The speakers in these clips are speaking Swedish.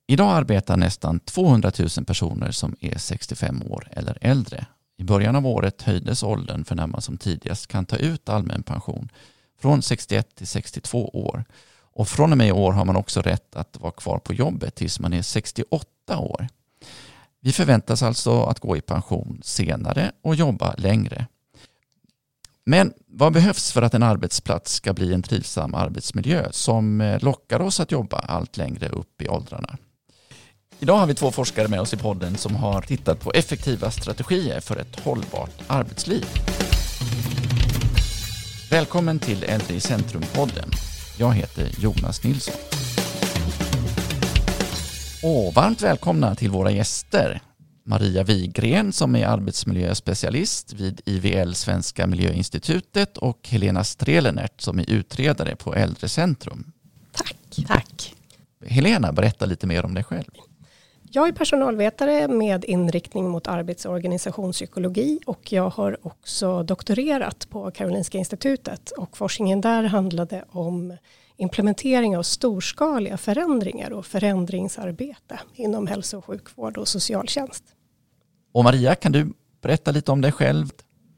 Idag arbetar nästan 200 000 personer som är 65 år eller äldre. I början av året höjdes åldern för när man som tidigast kan ta ut allmän pension från 61 till 62 år. Och från och med i år har man också rätt att vara kvar på jobbet tills man är 68 år. Vi förväntas alltså att gå i pension senare och jobba längre. Men vad behövs för att en arbetsplats ska bli en trivsam arbetsmiljö som lockar oss att jobba allt längre upp i åldrarna? Idag har vi 2 forskare med oss i podden som har tittat på effektiva strategier för ett hållbart arbetsliv. Välkommen till Äldre i Centrum-podden. Jag heter Jonas Nilsson. Varmt välkomna till våra gäster. Maria Wigren som är arbetsmiljöspecialist vid IVL Svenska Miljöinstitutet och Helena Strelenert som är utredare på Äldrecentrum. Tack. Helena, berätta lite mer om dig själv. Jag är personalvetare med inriktning mot arbets- och organisationspsykologi och jag har också doktorerat på Karolinska institutet och forskningen där handlade om implementering av storskaliga förändringar och förändringsarbete inom hälso- och sjukvård och socialtjänst. Och Maria, kan du berätta lite om dig själv?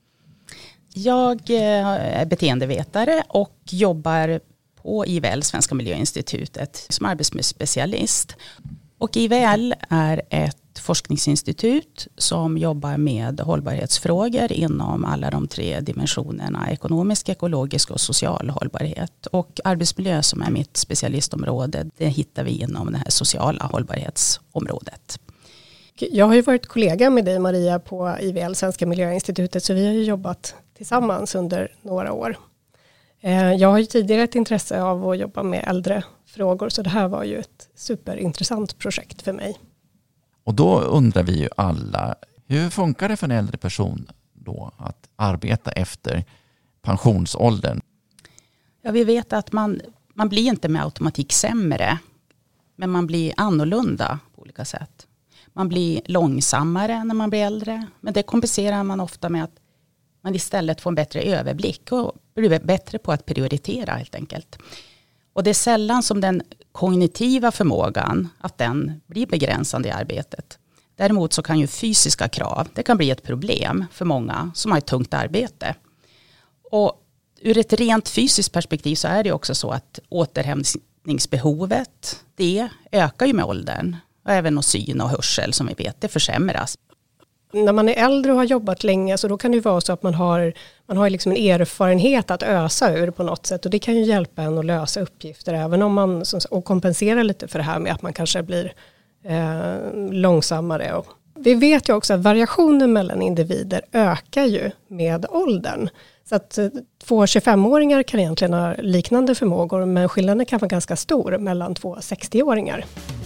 Jag är beteendevetare och jobbar på IVL Svenska Miljöinstitutet som arbetsmiljöspecialist. Och IVL är ett forskningsinstitut som jobbar med hållbarhetsfrågor inom alla de 3 dimensionerna ekonomisk, ekologisk och social hållbarhet. Och arbetsmiljö som är mitt specialistområde, det hittar vi inom det här sociala hållbarhetsområdet. Jag har ju varit kollega med dig Maria på IVL Svenska Miljöinstitutet så vi har ju jobbat tillsammans under några år. Jag har ju tidigare ett intresse av att jobba med äldre frågor så det här var ju ett superintressant projekt för mig. Och då undrar vi ju alla, hur funkar det för en äldre person då att arbeta efter pensionsåldern? Ja, vi vet att man blir inte med automatik sämre, men man blir annorlunda på olika sätt. Man blir långsammare när man blir äldre, men det kompenserar man ofta med att man istället får en bättre överblick och blir bättre på att prioritera helt enkelt. Och det är sällan som den kognitiva förmågan att den blir begränsande i arbetet. Däremot så kan ju fysiska krav, det kan bli ett problem för många som har ett tungt arbete. Och ur ett rent fysiskt perspektiv så är det också så att återhämtningsbehovet, det ökar ju med åldern. Och även syn och hörsel som vi vet, det försämras. När man är äldre och har jobbat länge så då kan det ju vara så att man har liksom en erfarenhet att ösa ur på något sätt. Och det kan ju hjälpa en att lösa uppgifter även om man och kompensera lite för det här med att man kanske blir långsammare. Och vi vet ju också att variationen mellan individer ökar ju med åldern. Så att 2 25-åringar kan egentligen ha liknande förmågor men skillnaden kan vara ganska stor mellan 2 60-åringar.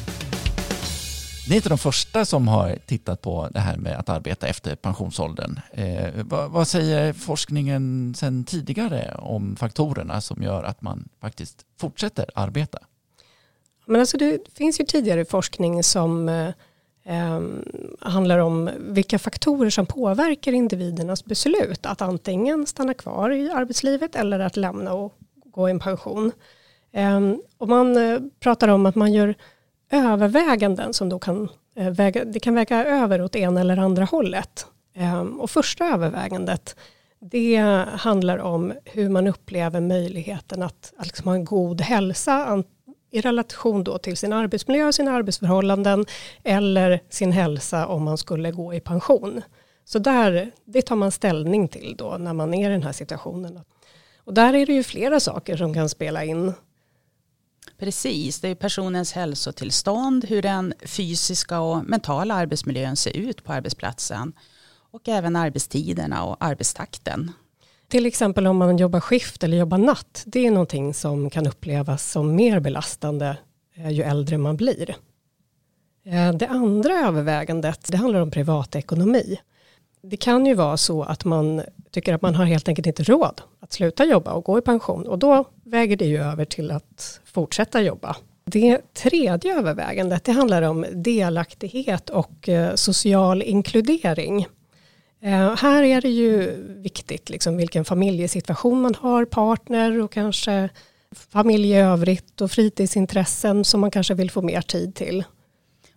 Ni är inte de första som har tittat på det här med att arbeta efter pensionsåldern. Vad säger forskningen sedan tidigare om faktorerna som gör att man faktiskt fortsätter arbeta? Men alltså det finns ju tidigare forskning som handlar om vilka faktorer som påverkar individernas beslut att antingen stanna kvar i arbetslivet eller att lämna och gå i pension. Och man pratar om att man gör överväganden som då kan väga över åt ena eller andra hållet. Och första övervägandet det handlar om hur man upplever möjligheten att liksom ha en god hälsa i relation då till sin arbetsmiljö och sina arbetsförhållanden eller sin hälsa om man skulle gå i pension. Så det tar man ställning till då när man är i den här situationen. Och där är det ju flera saker som kan spela in. Precis, det är personens hälsotillstånd, hur den fysiska och mentala arbetsmiljön ser ut på arbetsplatsen och även arbetstiderna och arbetstakten. Till exempel om man jobbar skift eller jobbar natt, det är någonting som kan upplevas som mer belastande ju äldre man blir. Det andra övervägandet, det handlar om privatekonomi. Det kan ju vara så att man tycker att man har helt enkelt inte råd att sluta jobba och gå i pension. Och då väger det ju över till att fortsätta jobba. Det tredje övervägandet, det handlar om delaktighet och social inkludering. Här är det ju viktigt liksom, vilken familjesituation man har, partner och kanske familj i övrigt och fritidsintressen som man kanske vill få mer tid till.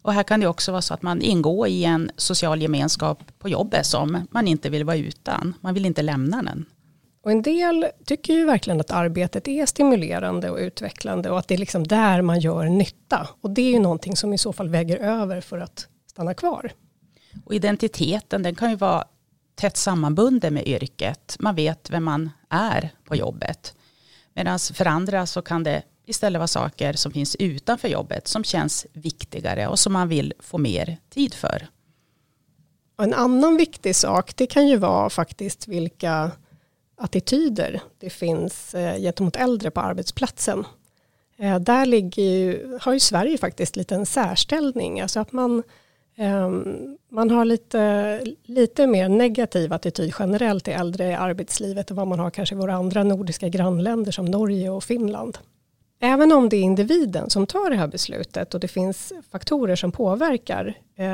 Och här kan det också vara så att man ingår i en social gemenskap på jobbet som man inte vill vara utan. Man vill inte lämna den. Och en del tycker ju verkligen att arbetet är stimulerande och utvecklande och att det är liksom där man gör nytta. Och det är ju någonting som i så fall väger över för att stanna kvar. Och identiteten, den kan ju vara tätt sammanbunden med yrket. Man vet vem man är på jobbet. Medan för andra så kan det istället vara saker som finns utanför jobbet som känns viktigare och som man vill få mer tid för. Och en annan viktig sak, det kan ju vara faktiskt vilka attityder det finns gentemot äldre på arbetsplatsen. Där har ju Sverige faktiskt lite en särställning. Alltså att man har lite mer negativ attityd generellt till äldre i arbetslivet än vad man har kanske i våra andra nordiska grannländer som Norge och Finland. Även om det är individen som tar det här beslutet och det finns faktorer som påverkar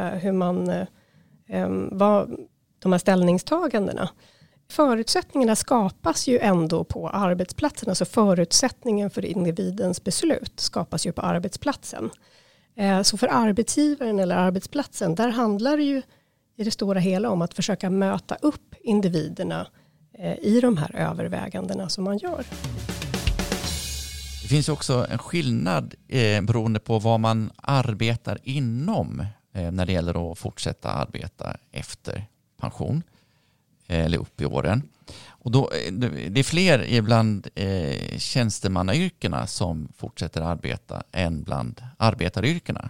de här ställningstagandena. Förutsättningarna skapas ju ändå på arbetsplatsen. Alltså förutsättningen för individens beslut skapas ju på arbetsplatsen. Så för arbetsgivaren eller arbetsplatsen, där handlar det ju i det stora hela om att försöka möta upp individerna i de här övervägandena som man gör. Det finns också en skillnad beroende på vad man arbetar inom när det gäller att fortsätta arbeta efter pension eller upp i åren. Och då, det är fler ibland tjänstemannayrkena som fortsätter arbeta än bland arbetaryrkena.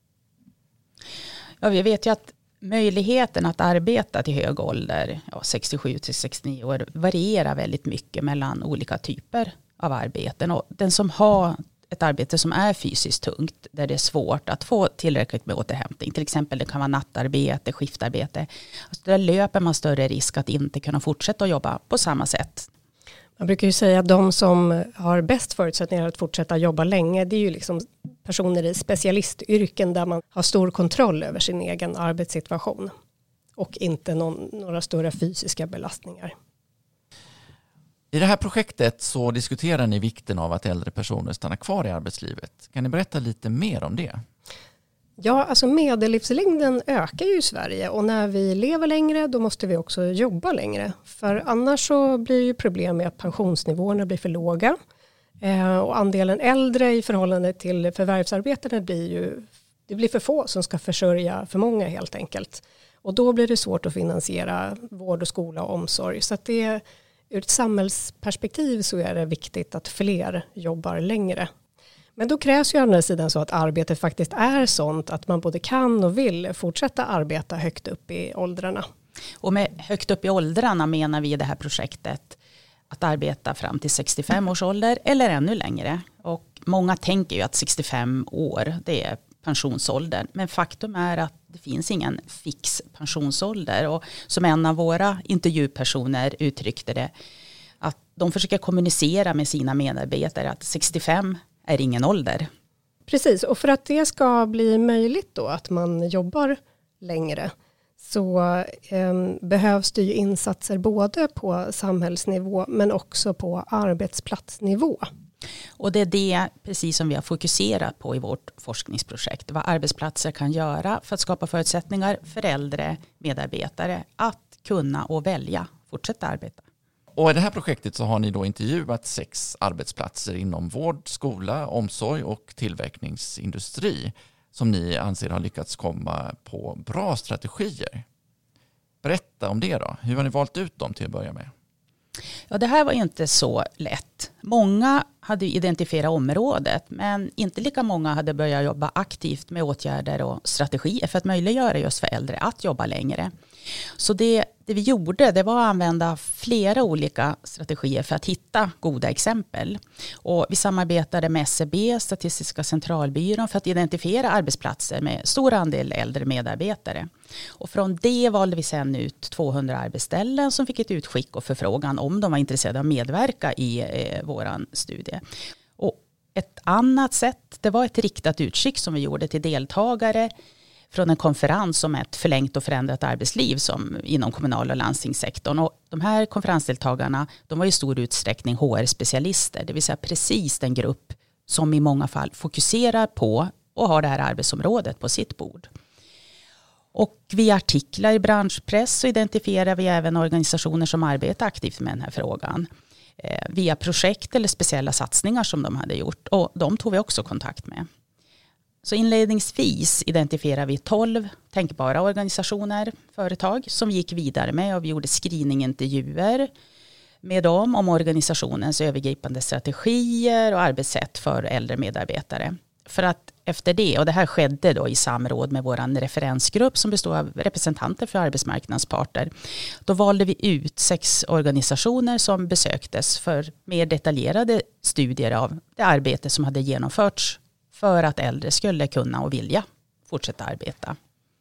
Ja, vi vet ju att möjligheten att arbeta till hög ålder, 67 till 69 år, varierar väldigt mycket mellan olika typer av arbeten. Och den som har ett arbete som är fysiskt tungt, där det är svårt att få tillräckligt med återhämtning, till exempel det kan vara nattarbete, skiftarbete, alltså där löper man större risk att inte kunna fortsätta att jobba på samma sätt. Man brukar ju säga att de som har bäst förutsättningar att fortsätta jobba länge, det är ju liksom personer i specialistyrken där man har stor kontroll över sin egen arbetssituation och inte några större fysiska belastningar. I det här projektet så diskuterar ni vikten av att äldre personer stannar kvar i arbetslivet. Kan ni berätta lite mer om det? Ja, alltså medellivslängden ökar ju i Sverige och när vi lever längre då måste vi också jobba längre. För annars så blir ju problem med att pensionsnivåerna blir för låga och andelen äldre i förhållande till förvärvsarbetande blir för få som ska försörja för många helt enkelt. Och då blir det svårt att finansiera vård och skola och omsorg. Så att det ur ett samhällsperspektiv så är det viktigt att fler jobbar längre. Men då krävs ju å andra sidan så att arbetet faktiskt är sånt att man både kan och vill fortsätta arbeta högt upp i åldrarna. Och med högt upp i åldrarna menar vi i det här projektet att arbeta fram till 65 års ålder eller ännu längre. Och många tänker ju att 65 år det är pensionsåldern. Men faktum är att det finns ingen fix pensionsålder. Och som en av våra intervjupersoner uttryckte det, att de försöker kommunicera med sina medarbetare att 65 är ingen ålder. Precis, och för att det ska bli möjligt då att man jobbar längre så behövs det ju insatser både på samhällsnivå men också på arbetsplatsnivå. Och det är det precis som vi har fokuserat på i vårt forskningsprojekt. Vad arbetsplatser kan göra för att skapa förutsättningar för äldre medarbetare att kunna och välja fortsätta arbeta. Och i det här projektet så har ni då intervjuat 6 arbetsplatser inom vård, skola, omsorg och tillverkningsindustri som ni anser har lyckats komma på bra strategier. Berätta om det då. Hur har ni valt ut dem till att börja med? Ja, det här var inte så lätt. Många hade identifierat området men inte lika många hade börjat jobba aktivt med åtgärder och strategier för att möjliggöra just för äldre att jobba längre. Så det vi gjorde det var att använda flera olika strategier för att hitta goda exempel. Och vi samarbetade med SCB, Statistiska centralbyrån, för att identifiera arbetsplatser med stor andel äldre medarbetare. Och från det valde vi sedan ut 200 arbetsställen som fick ett utskick och förfrågan om de var intresserade av att medverka i våran studie. Och ett annat sätt, det var ett riktat utskick som vi gjorde till deltagare från en konferens om ett förlängt och förändrat arbetsliv som inom kommunal- och landstingssektorn. Och de här konferensdeltagarna, de var i stor utsträckning HR-specialister, det vill säga precis den grupp som i många fall fokuserar på och har det här arbetsområdet på sitt bord. Och via artiklar i branschpress så identifierar vi även organisationer som arbetar aktivt med den här frågan. Via projekt eller speciella satsningar som de hade gjort. Och de tog vi också kontakt med. Så inledningsvis identifierar vi 12 tänkbara organisationer, företag som vi gick vidare med och vi gjorde screeningintervjuer med dem om organisationens övergripande strategier och arbetssätt för äldre medarbetare. För att efter det, och det här skedde då i samråd med vår referensgrupp som består av representanter för arbetsmarknadsparter, då valde vi ut 6 organisationer som besöktes för mer detaljerade studier av det arbete som hade genomförts för att äldre skulle kunna och vilja fortsätta arbeta.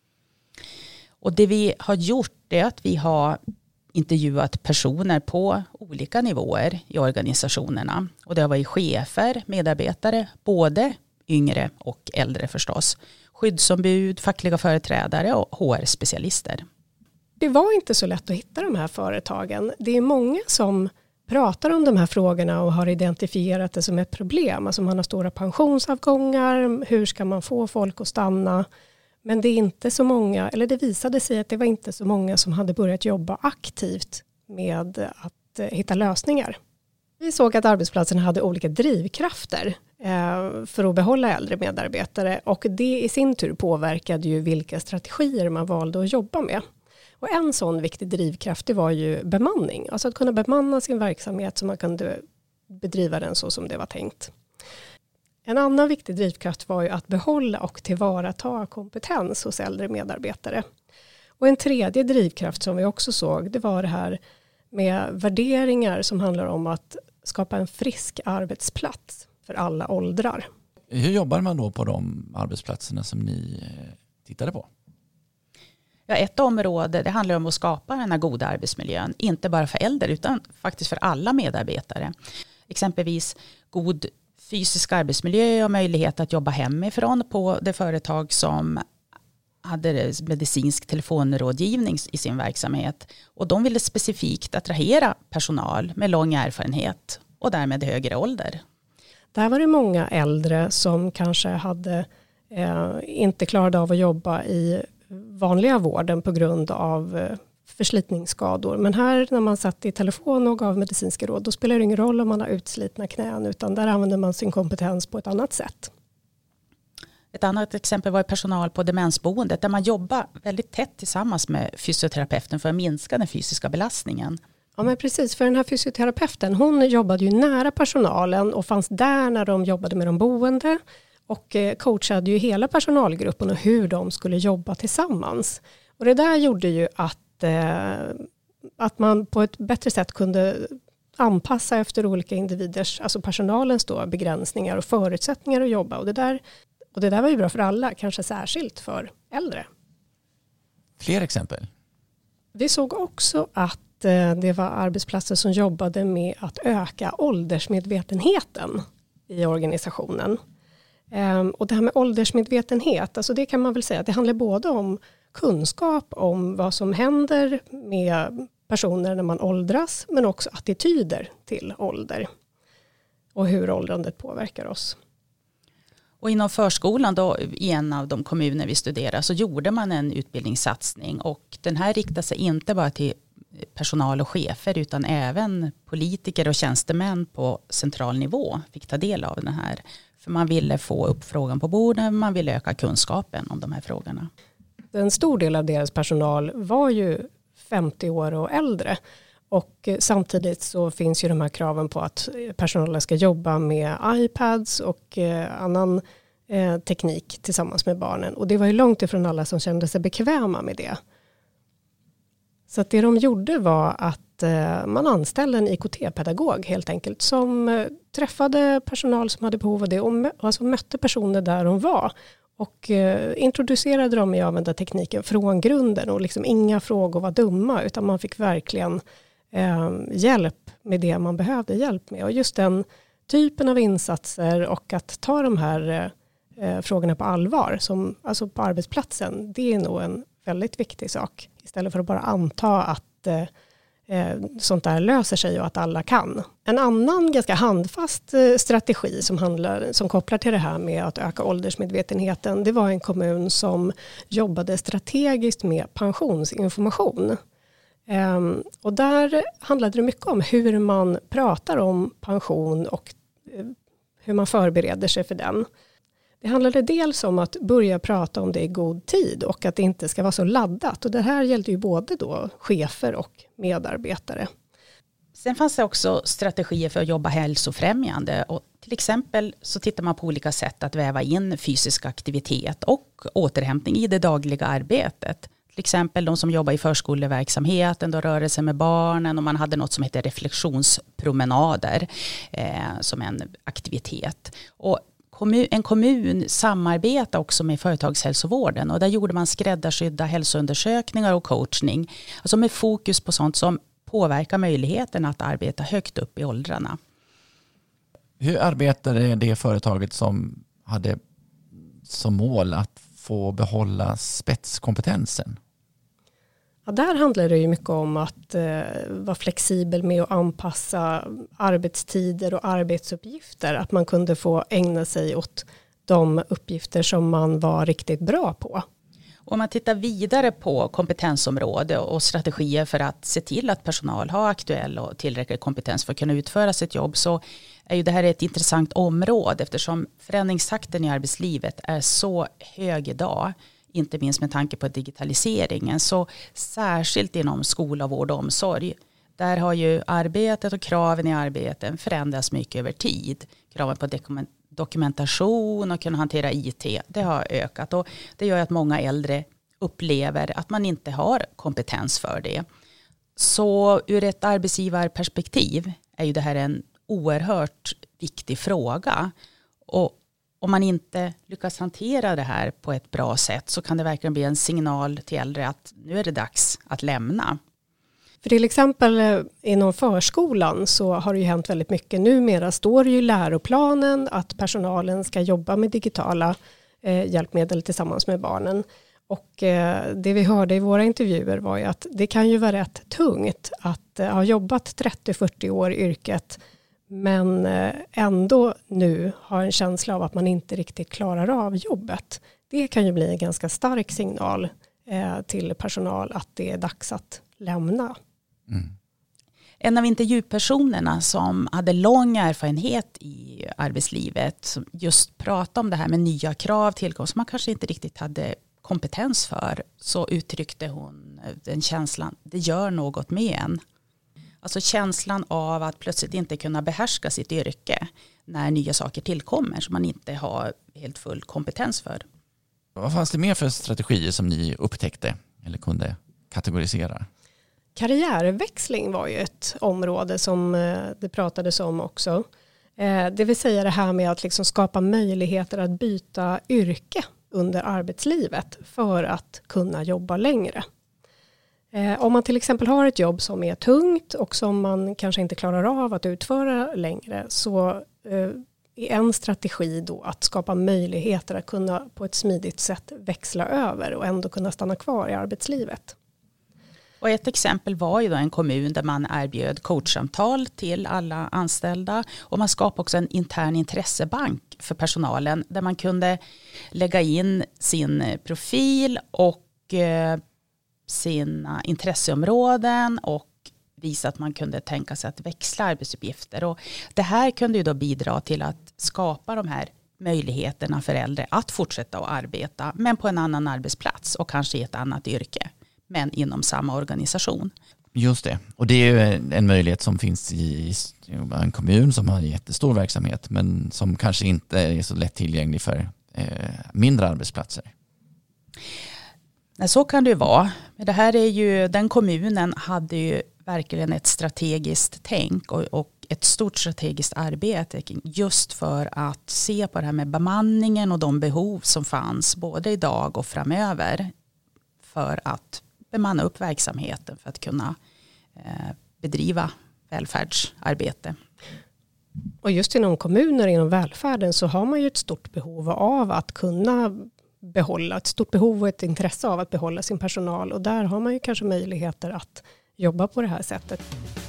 Och det vi har gjort är att vi har intervjuat personer på olika nivåer i organisationerna. Och det har varit chefer, medarbetare, både yngre och äldre förstås. Skyddsombud, fackliga företrädare och HR-specialister. Det var inte så lätt att hitta de här företagen. Det är många som pratar om de här frågorna och har identifierat det som ett problem. Alltså man har stora pensionsavgångar, hur ska man få folk att stanna? Men det är inte så många, eller det visade sig att det var inte så många som hade börjat jobba aktivt med att hitta lösningar. Vi såg att arbetsplatserna hade olika drivkrafter för att behålla äldre medarbetare och det i sin tur påverkade ju vilka strategier man valde att jobba med. Och en sån viktig drivkraft det var ju bemanning. Alltså att kunna bemanna sin verksamhet så man kunde bedriva den så som det var tänkt. En annan viktig drivkraft var ju att behålla och tillvarata kompetens hos äldre medarbetare. Och en tredje drivkraft som vi också såg det var det här med värderingar som handlar om att skapa en frisk arbetsplats för alla åldrar. Hur jobbar man då på de arbetsplatserna som ni tittade på? Ja, ett område det handlar om att skapa den här goda arbetsmiljön. Inte bara för äldre utan faktiskt för alla medarbetare. Exempelvis god fysisk arbetsmiljö och möjlighet att jobba hemifrån på det företag som hade medicinsk telefonrådgivning i sin verksamhet. Och de ville specifikt attrahera personal med lång erfarenhet och därmed högre ålder. Där var det många äldre som kanske hade inte klarade av att jobba i vanliga vården på grund av förslitningsskador. Men här när man satt i telefon och gav medicinska råd då spelar det ingen roll om man har utslitna knän utan där använder man sin kompetens på ett annat sätt. Ett annat exempel var personal på demensboendet där man jobbar väldigt tätt tillsammans med fysioterapeuten för att minska den fysiska belastningen. Ja men precis, för den här fysioterapeuten hon jobbade ju nära personalen och fanns där när de jobbade med de boende och coachade ju hela personalgruppen och hur de skulle jobba tillsammans. Och det där gjorde ju att man på ett bättre sätt kunde anpassa efter olika individers, alltså personalens då, begränsningar och förutsättningar att jobba. Och det där var ju bra för alla, kanske särskilt för äldre. Fler exempel? Vi såg också att det var arbetsplatser som jobbade med att öka åldersmedvetenheten i organisationen. Och det här med åldersmedvetenhet, alltså det kan man väl säga att det handlar både om kunskap om vad som händer med personer när man åldras men också attityder till ålder och hur åldrandet påverkar oss. Och inom förskolan då, i en av de kommuner vi studerar så gjorde man en utbildningssatsning och den här riktar sig inte bara till personal och chefer utan även politiker och tjänstemän på central nivå fick ta del av den här. För man ville få upp frågan på bordet, man ville öka kunskapen om de här frågorna. En stor del av deras personal var ju 50 år och äldre. Och samtidigt så finns ju de här kraven på att personalen ska jobba med iPads och annan teknik tillsammans med barnen. Och det var ju långt ifrån alla som kände sig bekväma med det. Så att det de gjorde var att man anställde en IKT-pedagog helt enkelt som träffade personal som hade behov av det och alltså mötte personer där de var. Och introducerade dem i att använda tekniken från grunden och liksom inga frågor var dumma utan man fick verkligen hjälp med det man behövde hjälp med. Och just den typen av insatser och att ta de här frågorna på allvar som, alltså på arbetsplatsen, det är nog en väldigt viktig sak. Istället för att bara anta att sånt där löser sig och att alla kan. En annan ganska handfast strategi som kopplar till det här med att öka åldersmedvetenheten, det var en kommun som jobbade strategiskt med pensionsinformation. Och där handlade det mycket om hur man pratar om pension och hur man förbereder sig för den. Det handlade dels om att börja prata om det i god tid och att det inte ska vara så laddat. Och det här gällde ju både då chefer och medarbetare. Sen fanns det också strategier för att jobba hälsofrämjande. Och till exempel så tittar man på olika sätt att väva in fysisk aktivitet och återhämtning i det dagliga arbetet. Till exempel de som jobbar i förskoleverksamheten, då rörelse med barnen, och man hade något som heter reflektionspromenader som en aktivitet. Och en kommun samarbetar också med företagshälsovården, och där gjorde man skräddarsydda hälsoundersökningar och coachning. Alltså med fokus på sånt som påverkar möjligheten att arbeta högt upp i åldrarna. Hur arbetade det företaget som hade som mål att få behålla spetskompetensen? Ja, där handlar det ju mycket om att vara flexibel med att anpassa arbetstider och arbetsuppgifter. Att man kunde få ägna sig åt de uppgifter som man var riktigt bra på. Om man tittar vidare på kompetensområde och strategier för att se till att personal har aktuell och tillräcklig kompetens för att kunna utföra sitt jobb, så är ju det här ett intressant område eftersom förändringstakten i arbetslivet är så hög idag. Inte minst med tanke på digitaliseringen, så särskilt inom skola, vård och omsorg. Där har ju arbetet och kraven i arbeten förändrats mycket över tid. Kraven på dokumentation och kunna hantera IT, det har ökat, och det gör att många äldre upplever att man inte har kompetens för det. Så ur ett arbetsgivarperspektiv är ju det här en oerhört viktig fråga, och om man inte lyckas hantera det här på ett bra sätt så kan det verkligen bli en signal till äldre att nu är det dags att lämna. För till exempel inom förskolan så har det ju hänt väldigt mycket. Numera står det ju i läroplanen att personalen ska jobba med digitala hjälpmedel tillsammans med barnen. Och det vi hörde i våra intervjuer var ju att det kan ju vara rätt tungt att ha jobbat 30-40 år i yrket, men ändå nu har en känsla av att man inte riktigt klarar av jobbet. Det kan ju bli en ganska stark signal till personal att det är dags att lämna. Mm. En av intervjupersonerna som hade lång erfarenhet i arbetslivet som just pratade om det här med nya krav tillkom som man kanske inte riktigt hade kompetens för, så uttryckte hon den känslan, det gör något med en. Alltså känslan av att plötsligt inte kunna behärska sitt yrke när nya saker tillkommer som man inte har helt full kompetens för. Vad fanns det mer för strategier som ni upptäckte eller kunde kategorisera? Karriärväxling var ju ett område som det pratades om också. Det vill säga det här med att liksom skapa möjligheter att byta yrke under arbetslivet för att kunna jobba längre. Om man till exempel har ett jobb som är tungt och som man kanske inte klarar av att utföra längre, så är en strategi då att skapa möjligheter att kunna på ett smidigt sätt växla över och ändå kunna stanna kvar i arbetslivet. Och ett exempel var ju då en kommun där man erbjöd coachsamtal till alla anställda, och man skapade också en intern intressebank för personalen där man kunde lägga in sin profil och sina intresseområden och visa att man kunde tänka sig att växla arbetsuppgifter. Och det här kunde ju då bidra till att skapa de här möjligheterna för äldre att fortsätta att arbeta, men på en annan arbetsplats och kanske i ett annat yrke, men inom samma organisation. Just det, och det är ju en möjlighet som finns i en kommun som har en jättestor verksamhet men som kanske inte är så lätt tillgänglig för mindre arbetsplatser. Nej, så kan det ju vara. Men det här är ju, den kommunen hade ju verkligen ett strategiskt tänk och ett stort strategiskt arbete just för att se på det här med bemanningen och de behov som fanns både idag och framöver för att bemanna upp verksamheten för att kunna bedriva välfärdsarbete. Och just inom kommuner, inom välfärden, så har man ju ett stort behov av att kunna behålla, ett stort behov och ett intresse av att behålla sin personal, och där har man ju kanske möjligheter att jobba på det här sättet.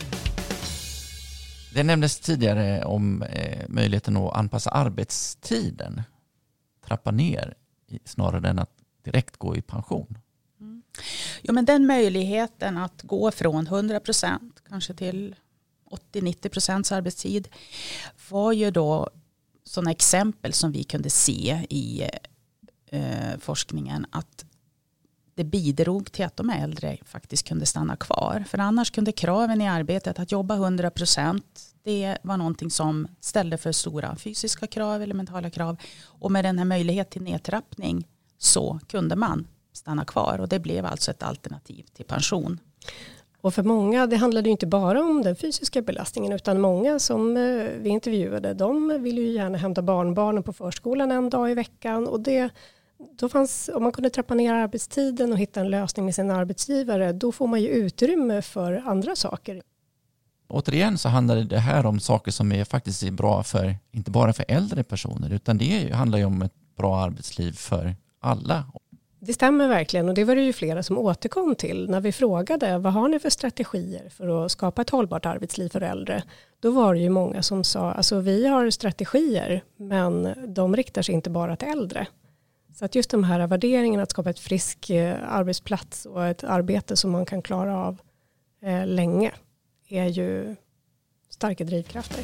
Det nämndes tidigare om möjligheten att anpassa arbetstiden, trappa ner snarare än att direkt gå i pension. Ja, men den möjligheten att gå från 100% kanske till 80-90% arbetstid var ju då sådana exempel som vi kunde se i forskningen att det bidrog till att de äldre faktiskt kunde stanna kvar. För annars kunde kraven i arbetet att jobba 100%, det var någonting som ställde för stora fysiska krav eller mentala krav. Och med den här möjligheten till nedtrappning så kunde man stanna kvar och det blev alltså ett alternativ till pension. Och för många, det handlade ju inte bara om den fysiska belastningen utan många som vi intervjuade, de vill ju gärna hämta barnbarnen på förskolan en dag i veckan och då fanns, om man kunde trappa ner arbetstiden och hitta en lösning med sin arbetsgivare, då får man ju utrymme för andra saker. Återigen så handlar det här om saker som är faktiskt bra för, inte bara för äldre personer, utan det handlar ju om ett bra arbetsliv för alla. Det stämmer verkligen och det var det ju flera som återkom till när vi frågade vad har ni för strategier för att skapa ett hållbart arbetsliv för äldre. Då var det ju många som sa alltså vi har strategier men de riktar sig inte bara till äldre. Så att just de här värderingarna att skapa ett frisk arbetsplats och ett arbete som man kan klara av länge är ju starka drivkrafter.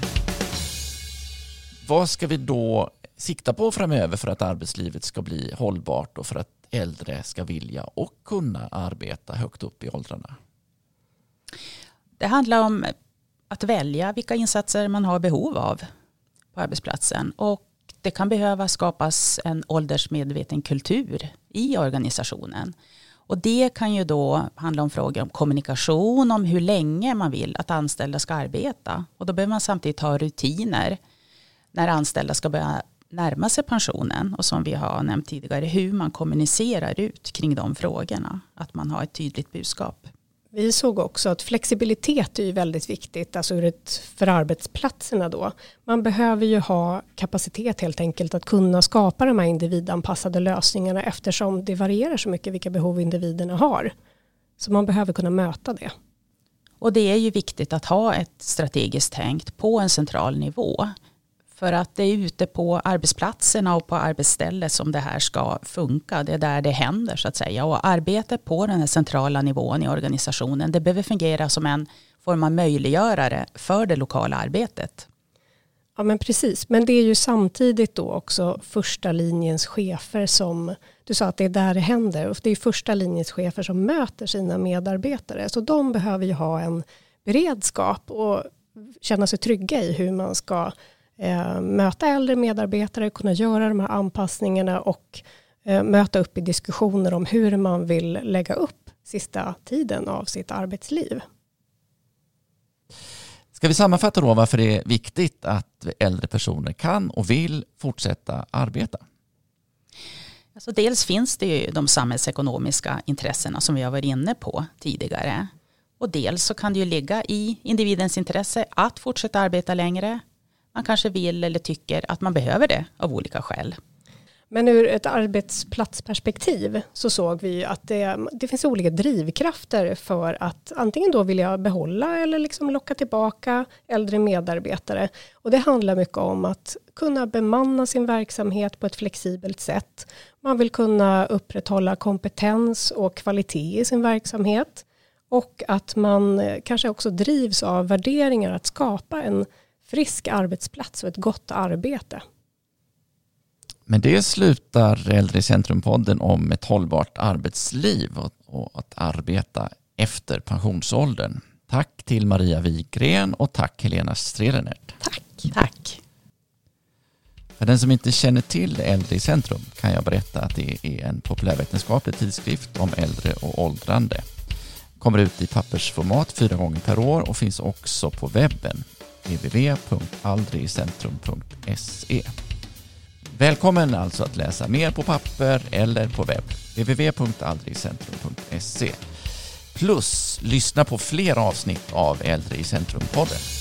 Vad ska vi då sikta på framöver för att arbetslivet ska bli hållbart och för att äldre ska vilja och kunna arbeta högt upp i åldrarna? Det handlar om att välja vilka insatser man har behov av på arbetsplatsen och det kan behöva skapas en åldersmedveten kultur i organisationen. Och det kan ju då handla om frågor om kommunikation, om hur länge man vill att anställda ska arbeta. Och då behöver man samtidigt ha rutiner när anställda ska börja närma sig pensionen. Och som vi har nämnt tidigare, hur man kommunicerar ut kring de frågorna. Att man har ett tydligt budskap. Vi såg också att flexibilitet är ju väldigt viktigt, alltså för arbetsplatserna då. Man behöver ju ha kapacitet helt enkelt att kunna skapa de här individanpassade lösningarna eftersom det varierar så mycket vilka behov individerna har. Så man behöver kunna möta det. Och det är ju viktigt att ha ett strategiskt tänk på en central nivå. För att det är ute på arbetsplatserna och på arbetsstället som det här ska funka. Det är där det händer så att säga. Och arbetet på den här centrala nivån i organisationen, det behöver fungera som en form av möjliggörare för det lokala arbetet. Ja men precis, men det är ju samtidigt då också första linjens chefer som, du sa att det är där det händer. Och det är första linjens chefer som möter sina medarbetare. Så de behöver ju ha en beredskap och känna sig trygga i hur man ska möta äldre medarbetare, kunna göra de här anpassningarna och möta upp i diskussioner om hur man vill lägga upp sista tiden av sitt arbetsliv. Ska vi sammanfatta då varför det är viktigt att äldre personer kan och vill fortsätta arbeta? Alltså dels finns det ju de samhällsekonomiska intressena som vi har varit inne på tidigare. Och dels så kan det ju ligga i individens intresse att fortsätta arbeta längre. Man kanske vill eller tycker att man behöver det av olika skäl. Men ur ett arbetsplatsperspektiv så såg vi att det finns olika drivkrafter för att antingen då vilja behålla eller liksom locka tillbaka äldre medarbetare. Och det handlar mycket om att kunna bemanna sin verksamhet på ett flexibelt sätt. Man vill kunna upprätthålla kompetens och kvalitet i sin verksamhet. Och att man kanske också drivs av värderingar att skapa en frisk arbetsplats och ett gott arbete. Men det slutar Äldre i Centrum-podden om ett hållbart arbetsliv och att arbeta efter pensionsåldern. Tack till Maria Wigren och tack Helena Stredenert. Tack. För den som inte känner till Äldre i Centrum kan jag berätta att det är en populärvetenskaplig tidskrift om äldre och åldrande. Kommer ut i pappersformat 4 gånger per år och finns också på webben www.aldrigicentrum.se. Välkommen alltså att läsa mer på papper eller på webb www.aldrigicentrum.se. Plus lyssna på fler avsnitt av Äldre i Centrum-podden.